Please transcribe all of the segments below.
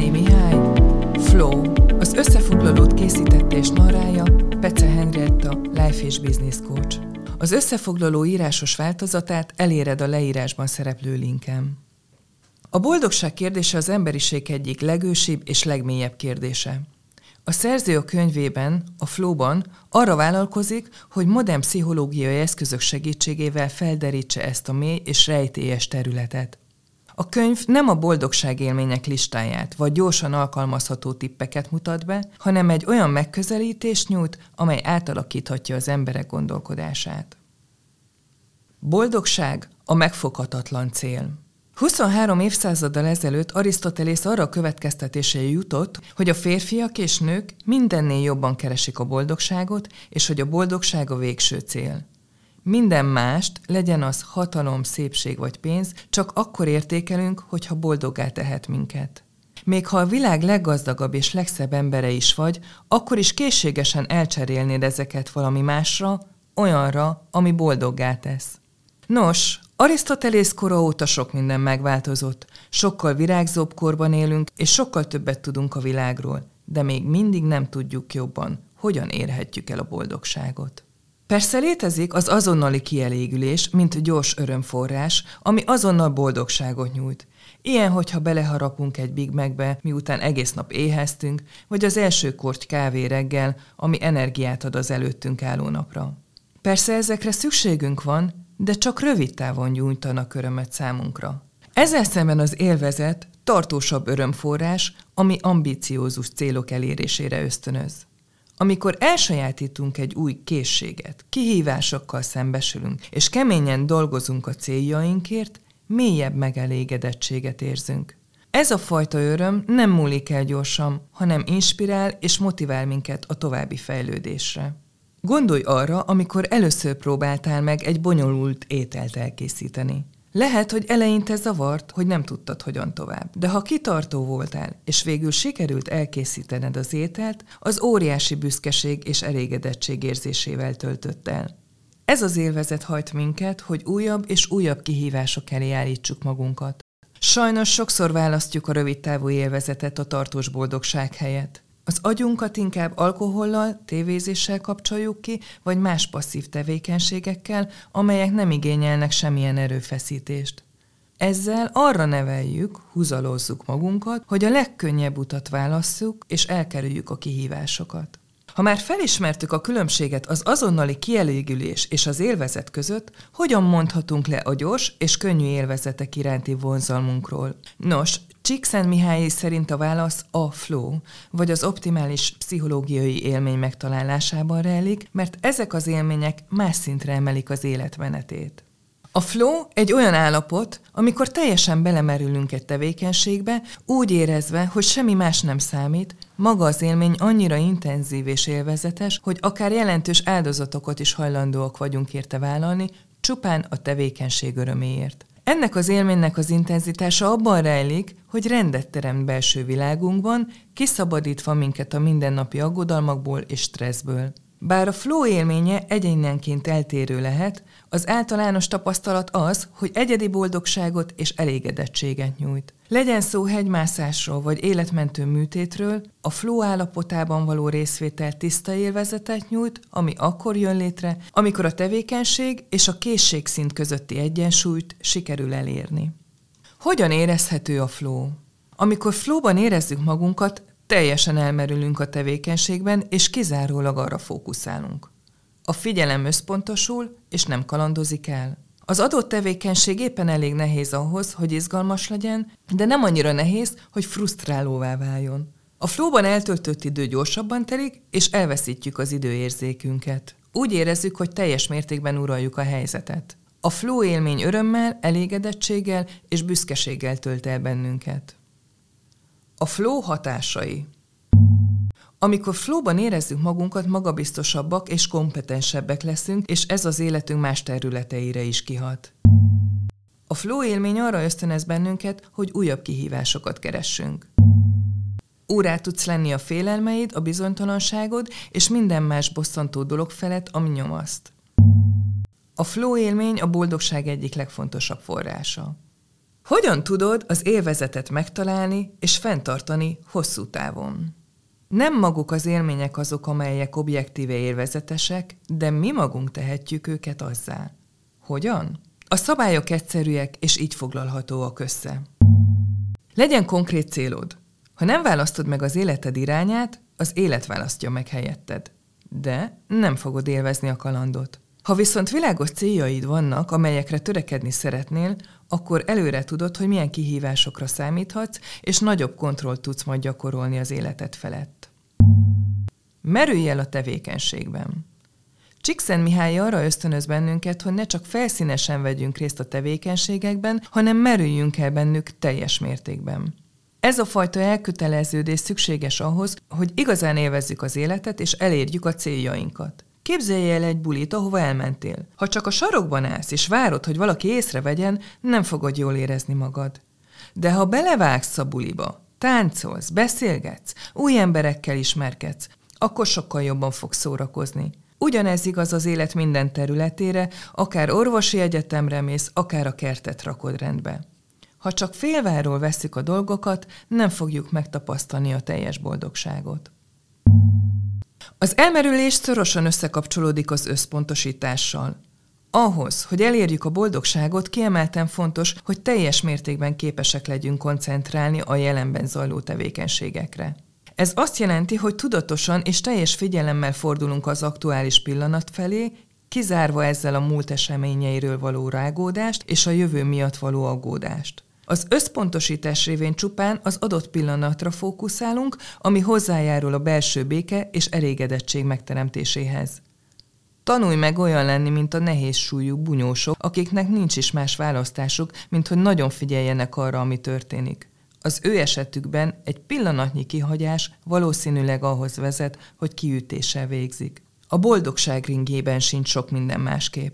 Székely Mihály, Flow. Az összefoglalót készítette és narrálja Pece Henrietta, Life és Business Coach. Az összefoglaló írásos változatát eléred a leírásban szereplő linken. A boldogság kérdése az emberiség egyik legősibb és legmélyebb kérdése. A szerző a könyvében, a Flow-ban arra vállalkozik, hogy modern pszichológiai eszközök segítségével felderítse ezt a mély és rejtélyes területet. A könyv nem a boldogságélmények listáját vagy gyorsan alkalmazható tippeket mutat be, hanem egy olyan megközelítést nyújt, amely átalakíthatja az emberek gondolkodását. Boldogság a megfoghatatlan cél. 23 évszázaddal ezelőtt Arisztotelész arra a következtetésre jutott, hogy a férfiak és nők mindennél jobban keresik a boldogságot, és hogy a boldogság a végső cél. Minden mást, legyen az hatalom, szépség vagy pénz, csak akkor értékelünk, hogyha boldoggá tehet minket. Még ha a világ leggazdagabb és legszebb embere is vagy, akkor is készségesen elcserélnéd ezeket valami másra, olyanra, ami boldoggá tesz. Nos, Arisztotelész kora óta sok minden megváltozott, sokkal virágzóbb korban élünk, és sokkal többet tudunk a világról, de még mindig nem tudjuk jobban, hogyan érhetjük el a boldogságot. Persze létezik az azonnali kielégülés, mint gyors örömforrás, ami azonnal boldogságot nyújt. Ilyen, hogyha beleharapunk egy Big Macbe, miután egész nap éheztünk, vagy az első korty kávé reggel, ami energiát ad az előttünk álló napra. Persze ezekre szükségünk van, de csak rövid távon nyújtanak örömet számunkra. Ezzel szemben az élvezet tartósabb örömforrás, ami ambiciózus célok elérésére ösztönöz. Amikor elsajátítunk egy új készséget, kihívásokkal szembesülünk, és keményen dolgozunk a céljainkért, mélyebb megelégedettséget érzünk. Ez a fajta öröm nem múlik el gyorsan, hanem inspirál és motivál minket a további fejlődésre. Gondolj arra, amikor először próbáltál meg egy bonyolult ételt elkészíteni. Lehet, hogy eleinte zavart, hogy nem tudtad, hogyan tovább. De ha kitartó voltál, és végül sikerült elkészítened az ételt, az óriási büszkeség és elégedettség érzésével töltött el. Ez az élvezet hajt minket, hogy újabb és újabb kihívások elé állítsuk magunkat. Sajnos sokszor választjuk a rövidtávú élvezetet a tartós boldogság helyett. Az agyunkat inkább alkohollal, tévézéssel kapcsoljuk ki, vagy más passzív tevékenységekkel, amelyek nem igényelnek semmilyen erőfeszítést. Ezzel arra neveljük, húzalozzuk magunkat, hogy a legkönnyebb utat válasszuk, és elkerüljük a kihívásokat. Ha már felismertük a különbséget az azonnali kielégülés és az élvezet között, hogyan mondhatunk le a gyors és könnyű élvezetek iránti vonzalmunkról? Nos, Csikszentmihalyi szerint a válasz a flow, vagy az optimális pszichológiai élmény megtalálásában rejlik, mert ezek az élmények más szintre emelik az életmenetét. A flow egy olyan állapot, amikor teljesen belemerülünk egy tevékenységbe, úgy érezve, hogy semmi más nem számít, maga az élmény annyira intenzív és élvezetes, hogy akár jelentős áldozatokat is hajlandóak vagyunk érte vállalni, csupán a tevékenység öröméért. Ennek az élménynek az intenzitása abban rejlik, hogy rendet teremt belső világunkban, kiszabadítva minket a mindennapi aggodalmakból és stresszből. Bár a flow élménye egyénenként eltérő lehet, az általános tapasztalat az, hogy egyedi boldogságot és elégedettséget nyújt. Legyen szó hegymászásról vagy életmentő műtétről, a flow állapotában való részvétel tiszta élvezetet nyújt, ami akkor jön létre, amikor a tevékenység és a készségszint közötti egyensúlyt sikerül elérni. Hogyan érezhető a flow? Amikor flowban érezzük magunkat, teljesen elmerülünk a tevékenységben, és kizárólag arra fókuszálunk. A figyelem összpontosul, és nem kalandozik el. Az adott tevékenység éppen elég nehéz ahhoz, hogy izgalmas legyen, de nem annyira nehéz, hogy frusztrálóvá váljon. A flowban eltöltött idő gyorsabban telik, és elveszítjük az időérzékünket. Úgy érezzük, hogy teljes mértékben uraljuk a helyzetet. A flow élmény örömmel, elégedettséggel és büszkeséggel tölt el bennünket. A flow hatásai. Amikor flowban érezzük magunkat, magabiztosabbak és kompetensebbek leszünk, és ez az életünk más területeire is kihat. A flow élmény arra ösztönöz bennünket, hogy újabb kihívásokat keressünk. Órá tudsz lenni a félelmeid, a bizonytalanságod és minden más bosszantó dolog felett, ami nyomaszt. A flow élmény a boldogság egyik legfontosabb forrása. Hogyan tudod az élvezetet megtalálni és fenntartani hosszú távon? Nem maguk az élmények azok, amelyek objektíve élvezetesek, de mi magunk tehetjük őket azzá. Hogyan? A szabályok egyszerűek, és így foglalhatóak össze. Legyen konkrét célod. Ha nem választod meg az életed irányát, az élet választja meg helyetted. De nem fogod élvezni a kalandot. Ha viszont világos céljaid vannak, amelyekre törekedni szeretnél, akkor előre tudod, hogy milyen kihívásokra számíthatsz, és nagyobb kontrollt tudsz majd gyakorolni az életed felett. Merülj el a tevékenységben. Csíkszentmihalyi arra ösztönöz bennünket, hogy ne csak felszínesen vegyünk részt a tevékenységekben, hanem merüljünk el bennük teljes mértékben. Ez a fajta elköteleződés szükséges ahhoz, hogy igazán élvezzük az életet és elérjük a céljainkat. Képzelj el egy bulit, ahova elmentél. Ha csak a sarokban állsz és várod, hogy valaki észrevegyen, nem fogod jól érezni magad. De ha belevágsz a buliba, táncolsz, beszélgetsz, új emberekkel ismerkedsz, akkor sokkal jobban fogsz szórakozni. Ugyanez igaz az élet minden területére, akár orvosi egyetemre mész, akár a kertet rakod rendbe. Ha csak félváról vesszük a dolgokat, nem fogjuk megtapasztalni a teljes boldogságot. Az elmerülés szorosan összekapcsolódik az összpontosítással. Ahhoz, hogy elérjük a boldogságot, kiemelten fontos, hogy teljes mértékben képesek legyünk koncentrálni a jelenben zajló tevékenységekre. Ez azt jelenti, hogy tudatosan és teljes figyelemmel fordulunk az aktuális pillanat felé, kizárva ezzel a múlt eseményeiről való rágódást és a jövő miatt való aggódást. Az összpontosítás révén csupán az adott pillanatra fókuszálunk, ami hozzájárul a belső béke és elégedettség megteremtéséhez. Tanulj meg olyan lenni, mint a nehéz súlyú bunyósok, akiknek nincs is más választásuk, mint hogy nagyon figyeljenek arra, ami történik. Az ő esetükben egy pillanatnyi kihagyás valószínűleg ahhoz vezet, hogy kiütéssel végzik. A boldogság ringében sincs sok minden másképp.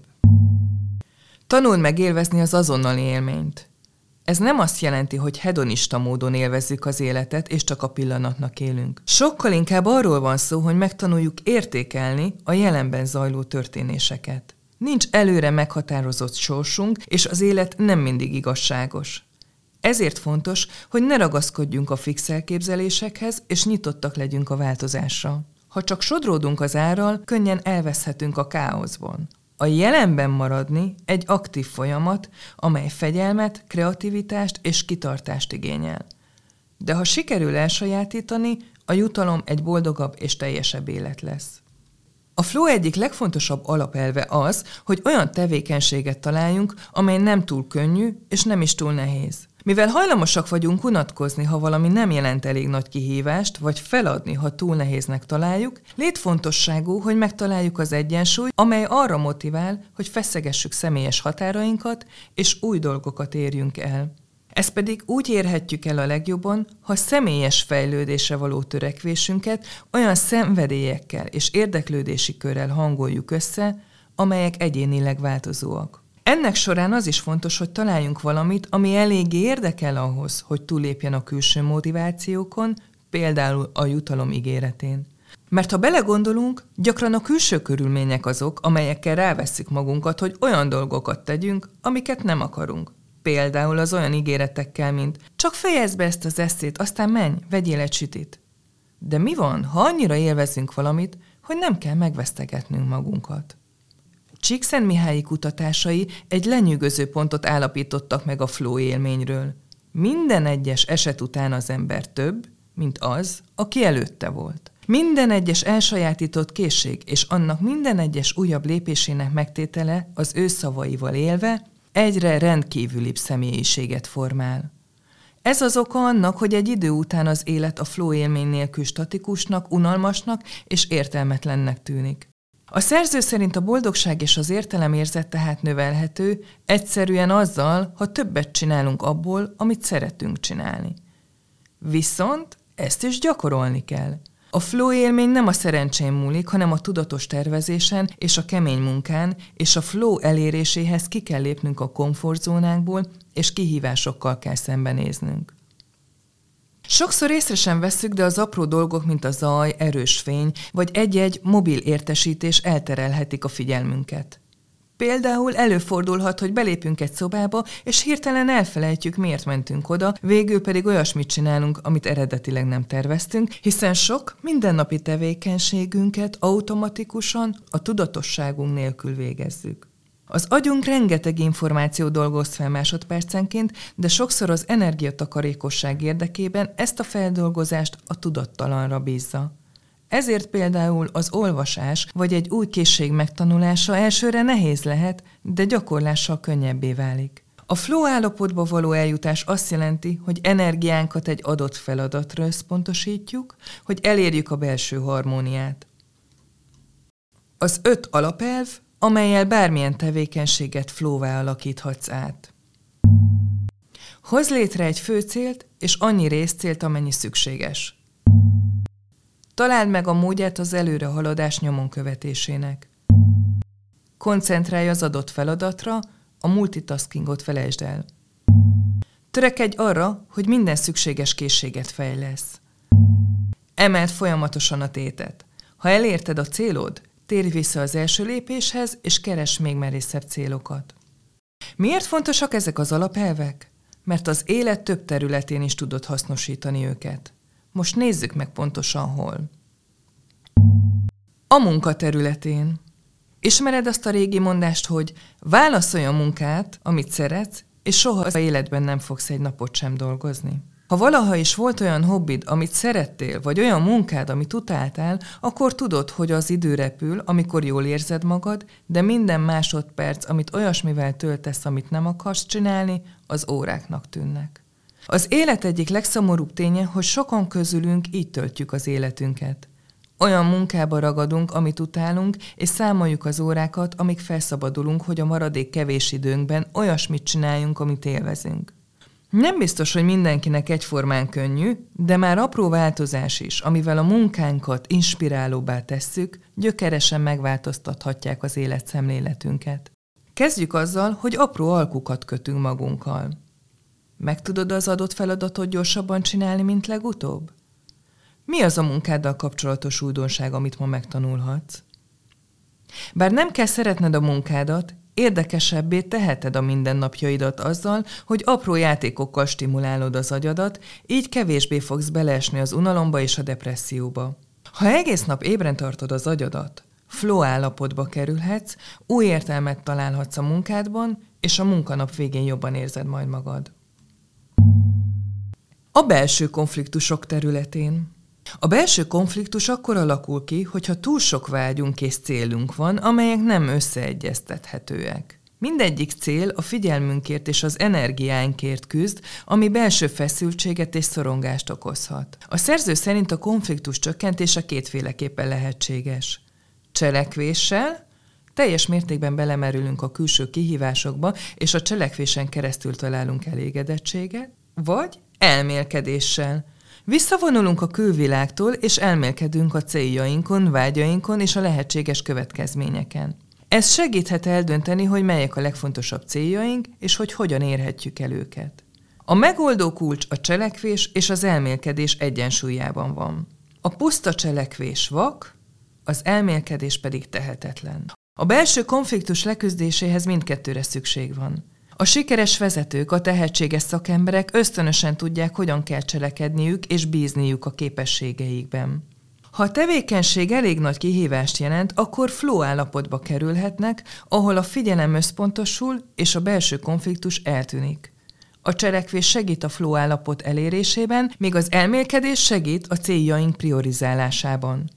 Tanuld meg élvezni az azonnali élményt. Ez nem azt jelenti, hogy hedonista módon élvezzük az életet, és csak a pillanatnak élünk. Sokkal inkább arról van szó, hogy megtanuljuk értékelni a jelenben zajló történéseket. Nincs előre meghatározott sorsunk, és az élet nem mindig igazságos. Ezért fontos, hogy ne ragaszkodjunk a fix elképzelésekhez, és nyitottak legyünk a változásra. Ha csak sodródunk az árral, könnyen elveszhetünk a káoszban. A jelenben maradni egy aktív folyamat, amely fegyelmet, kreativitást és kitartást igényel. De ha sikerül elsajátítani, a jutalom egy boldogabb és teljesebb élet lesz. A flow egyik legfontosabb alapelve az, hogy olyan tevékenységet találjunk, amely nem túl könnyű és nem is túl nehéz. Mivel hajlamosak vagyunk unatkozni, ha valami nem jelent elég nagy kihívást, vagy feladni, ha túl nehéznek találjuk, létfontosságú, hogy megtaláljuk az egyensúlyt, amely arra motivál, hogy feszegessük személyes határainkat, és új dolgokat érjünk el. Ezt pedig úgy érhetjük el a legjobban, ha személyes fejlődésre való törekvésünket olyan szenvedélyekkel és érdeklődési körrel hangoljuk össze, amelyek egyénileg változóak. Ennek során az is fontos, hogy találjunk valamit, ami eléggé érdekel ahhoz, hogy túllépjen a külső motivációkon, például a jutalom ígéretén. Mert ha belegondolunk, gyakran a külső körülmények azok, amelyekkel rávesszük magunkat, hogy olyan dolgokat tegyünk, amiket nem akarunk. Például az olyan ígéretekkel, mint csak fejezd be ezt az esszét, aztán menj, vegyél egy sütit. De mi van, ha annyira élvezünk valamit, hogy nem kell megvesztegetnünk magunkat? Csíkszentmihályi kutatásai egy lenyűgöző pontot állapítottak meg a flow élményről. Minden egyes eset után az ember több, mint az, aki előtte volt. Minden egyes elsajátított készség és annak minden egyes újabb lépésének megtétele az ő szavaival élve egyre rendkívülibb személyiséget formál. Ez az oka annak, hogy egy idő után az élet a flow élmény nélkül statikusnak, unalmasnak és értelmetlennek tűnik. A szerző szerint a boldogság és az értelemérzet tehát növelhető, egyszerűen azzal, ha többet csinálunk abból, amit szeretünk csinálni. Viszont ezt is gyakorolni kell. A flow élmény nem a szerencsén múlik, hanem a tudatos tervezésen és a kemény munkán, és a flow eléréséhez ki kell lépnünk a komfortzónánkból, és kihívásokkal kell szembenéznünk. Sokszor észre sem vesszük, de az apró dolgok, mint a zaj, erős fény, vagy egy-egy mobil értesítés elterelhetik a figyelmünket. Például előfordulhat, hogy belépünk egy szobába, és hirtelen elfelejtjük, miért mentünk oda, végül pedig olyasmit csinálunk, amit eredetileg nem terveztünk, hiszen sok mindennapi tevékenységünket automatikusan a tudatosságunk nélkül végezzük. Az agyunk rengeteg információ dolgoz fel másodpercenként, de sokszor az energiatakarékosság érdekében ezt a feldolgozást a tudattalanra bízza. Ezért például az olvasás vagy egy új készség megtanulása elsőre nehéz lehet, de gyakorlással könnyebbé válik. A flow állapotba való eljutás azt jelenti, hogy energiánkat egy adott feladatra összpontosítjuk, hogy elérjük a belső harmóniát. Az 5 alapelv, amellyel bármilyen tevékenységet flowvá alakíthatsz át. Hozz létre egy főcélt és annyi részcélt, amennyi szükséges. Találd meg a módját az előrehaladás nyomon követésének. Koncentrálj az adott feladatra, a multitaskingot felejtsd el. Törekedj arra, hogy minden szükséges készséget fejlesz. Emeld folyamatosan a tétet. Ha elérted a célod, térj vissza az első lépéshez, és keresd még merészebb célokat. Miért fontosak ezek az alapelvek? Mert az élet több területén is tudod hasznosítani őket. Most nézzük meg pontosan hol. A munka területén. Ismered azt a régi mondást, hogy válaszolj a munkát, amit szeretsz, és soha az életben nem fogsz egy napot sem dolgozni. Ha valaha is volt olyan hobbid, amit szerettél, vagy olyan munkád, amit utáltál, akkor tudod, hogy az idő repül, amikor jól érzed magad, de minden másodperc, amit olyasmivel töltesz, amit nem akarsz csinálni, az óráknak tűnnek. Az élet egyik legszomorúbb ténye, hogy sokan közülünk így töltjük az életünket. Olyan munkába ragadunk, amit utálunk, és számoljuk az órákat, amíg felszabadulunk, hogy a maradék kevés időnkben olyasmit csináljunk, amit élvezünk. Nem biztos, hogy mindenkinek egyformán könnyű, de már apró változás is, amivel a munkánkat inspirálóbbá tesszük, gyökeresen megváltoztathatják az életszemléletünket. Kezdjük azzal, hogy apró alkukat kötünk magunkkal. Meg tudod az adott feladatot gyorsabban csinálni, mint legutóbb? Mi az a munkáddal kapcsolatos újdonság, amit ma megtanulhatsz? Bár nem kell szeretned a munkádat, érdekesebbé teheted a mindennapjaidat azzal, hogy apró játékokkal stimulálod az agyadat, így kevésbé fogsz beleesni az unalomba és a depresszióba. Ha egész nap ébren tartod az agyadat, flow állapotba kerülhetsz, új értelmet találhatsz a munkádban, és a munkanap végén jobban érzed majd magad. A belső konfliktusok területén. A belső konfliktus akkor alakul ki, hogyha túl sok vágyunk és célunk van, amelyek nem összeegyeztethetőek. Mindegyik cél a figyelmünkért és az energiánkért küzd, ami belső feszültséget és szorongást okozhat. A szerző szerint a konfliktus csökkentése kétféleképpen lehetséges. Cselekvéssel, teljes mértékben belemerülünk a külső kihívásokba, és a cselekvésen keresztül találunk elégedettséget, vagy elmélkedéssel. Visszavonulunk a külvilágtól, és elmélkedünk a céljainkon, vágyainkon és a lehetséges következményeken. Ez segíthet eldönteni, hogy melyek a legfontosabb céljaink, és hogy hogyan érhetjük el őket. A megoldó kulcs a cselekvés és az elmélkedés egyensúlyában van. A puszta cselekvés vak, az elmélkedés pedig tehetetlen. A belső konfliktus leküzdéséhez mindkettőre szükség van. A sikeres vezetők, a tehetséges szakemberek ösztönösen tudják, hogyan kell cselekedniük és bízniuk a képességeikben. Ha a tevékenység elég nagy kihívást jelent, akkor flow állapotba kerülhetnek, ahol a figyelem összpontosul és a belső konfliktus eltűnik. A cselekvés segít a flow állapot elérésében, míg az elmélkedés segít a céljaink priorizálásában.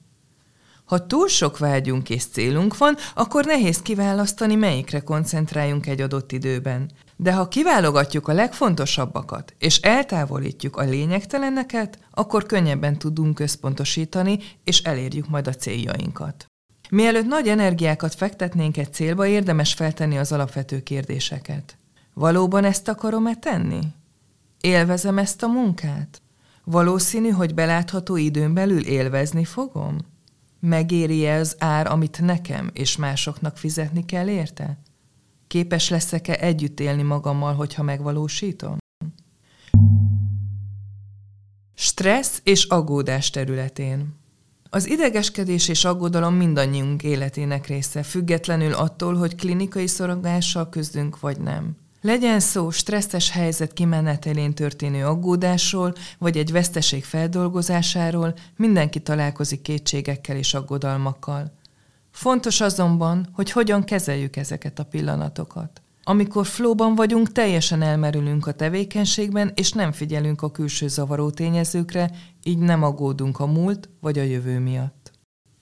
Ha túl sok vágyunk és célunk van, akkor nehéz kiválasztani, melyikre koncentráljunk egy adott időben. De ha kiválogatjuk a legfontosabbakat, és eltávolítjuk a lényegteleneket, akkor könnyebben tudunk összpontosítani, és elérjük majd a céljainkat. Mielőtt nagy energiákat fektetnénk egy célba, érdemes feltenni az alapvető kérdéseket. Valóban ezt akarom-e tenni? Élvezem ezt a munkát? Valószínű, hogy belátható időn belül élvezni fogom? Megéri-e az ár, amit nekem és másoknak fizetni kell érte? Képes leszek-e együtt élni magammal, hogyha megvalósítom? Stressz és aggódás területén. Az idegeskedés és aggodalom mindannyiunk életének része, függetlenül attól, hogy klinikai szorongással küzdünk vagy nem. Legyen szó stresszes helyzet kimenetelén történő aggódásról, vagy egy veszteség feldolgozásáról, mindenki találkozik kétségekkel és aggodalmakkal. Fontos azonban, hogy hogyan kezeljük ezeket a pillanatokat. Amikor flowban vagyunk, teljesen elmerülünk a tevékenységben, és nem figyelünk a külső zavaró tényezőkre, így nem aggódunk a múlt vagy a jövő miatt.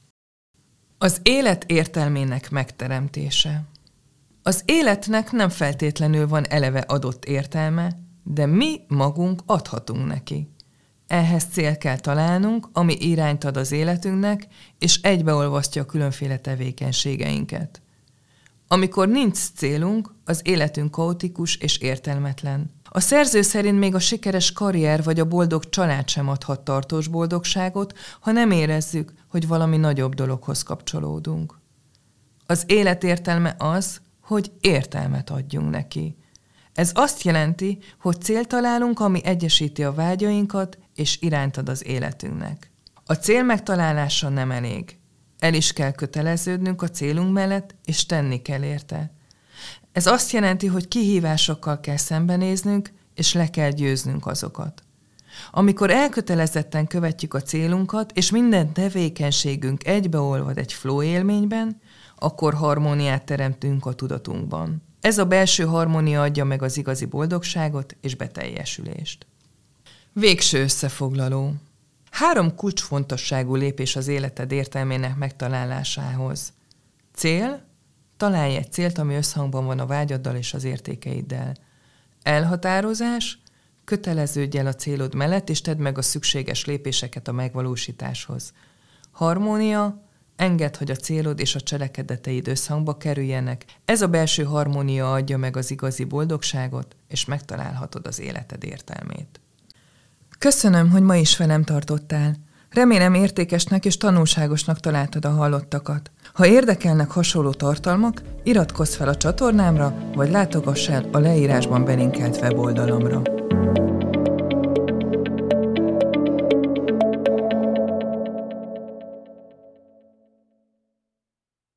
Az élet értelmének megteremtése. Az életnek nem feltétlenül van eleve adott értelme, de mi magunk adhatunk neki. Ehhez cél kell találnunk, ami irányt ad az életünknek, és egybeolvasztja a különféle tevékenységeinket. Amikor nincs célunk, az életünk kaotikus és értelmetlen. A szerző szerint még a sikeres karrier vagy a boldog család sem adhat tartós boldogságot, ha nem érezzük, hogy valami nagyobb dologhoz kapcsolódunk. Az élet értelme az, hogy értelmet adjunk neki. Ez azt jelenti, hogy célt találunk, ami egyesíti a vágyainkat és irányt ad az életünknek. A cél megtalálása nem elég. El is kell köteleződnünk a célunk mellett, és tenni kell érte. Ez azt jelenti, hogy kihívásokkal kell szembenéznünk, és le kell győznünk azokat. Amikor elkötelezetten követjük a célunkat, és minden tevékenységünk egybeolvad egy flow élményben, akkor harmóniát teremtünk a tudatunkban. Ez a belső harmónia adja meg az igazi boldogságot és beteljesülést. Végső összefoglaló. 3 kulcsfontosságú lépés az életed értelmének megtalálásához. Cél. Találj egy célt, ami összhangban van a vágyaddal és az értékeiddel. Elhatározás. Köteleződj el a célod mellett, és tedd meg a szükséges lépéseket a megvalósításhoz. Harmónia. Engedd, hogy a célod és a cselekedeteid összhangba kerüljenek. Ez a belső harmónia adja meg az igazi boldogságot, és megtalálhatod az életed értelmét. Köszönöm, hogy ma is velem tartottál. Remélem értékesnek és tanulságosnak találtad a hallottakat. Ha érdekelnek hasonló tartalmak, iratkozz fel a csatornámra, vagy látogass el a leírásban belinkelt weboldalamra.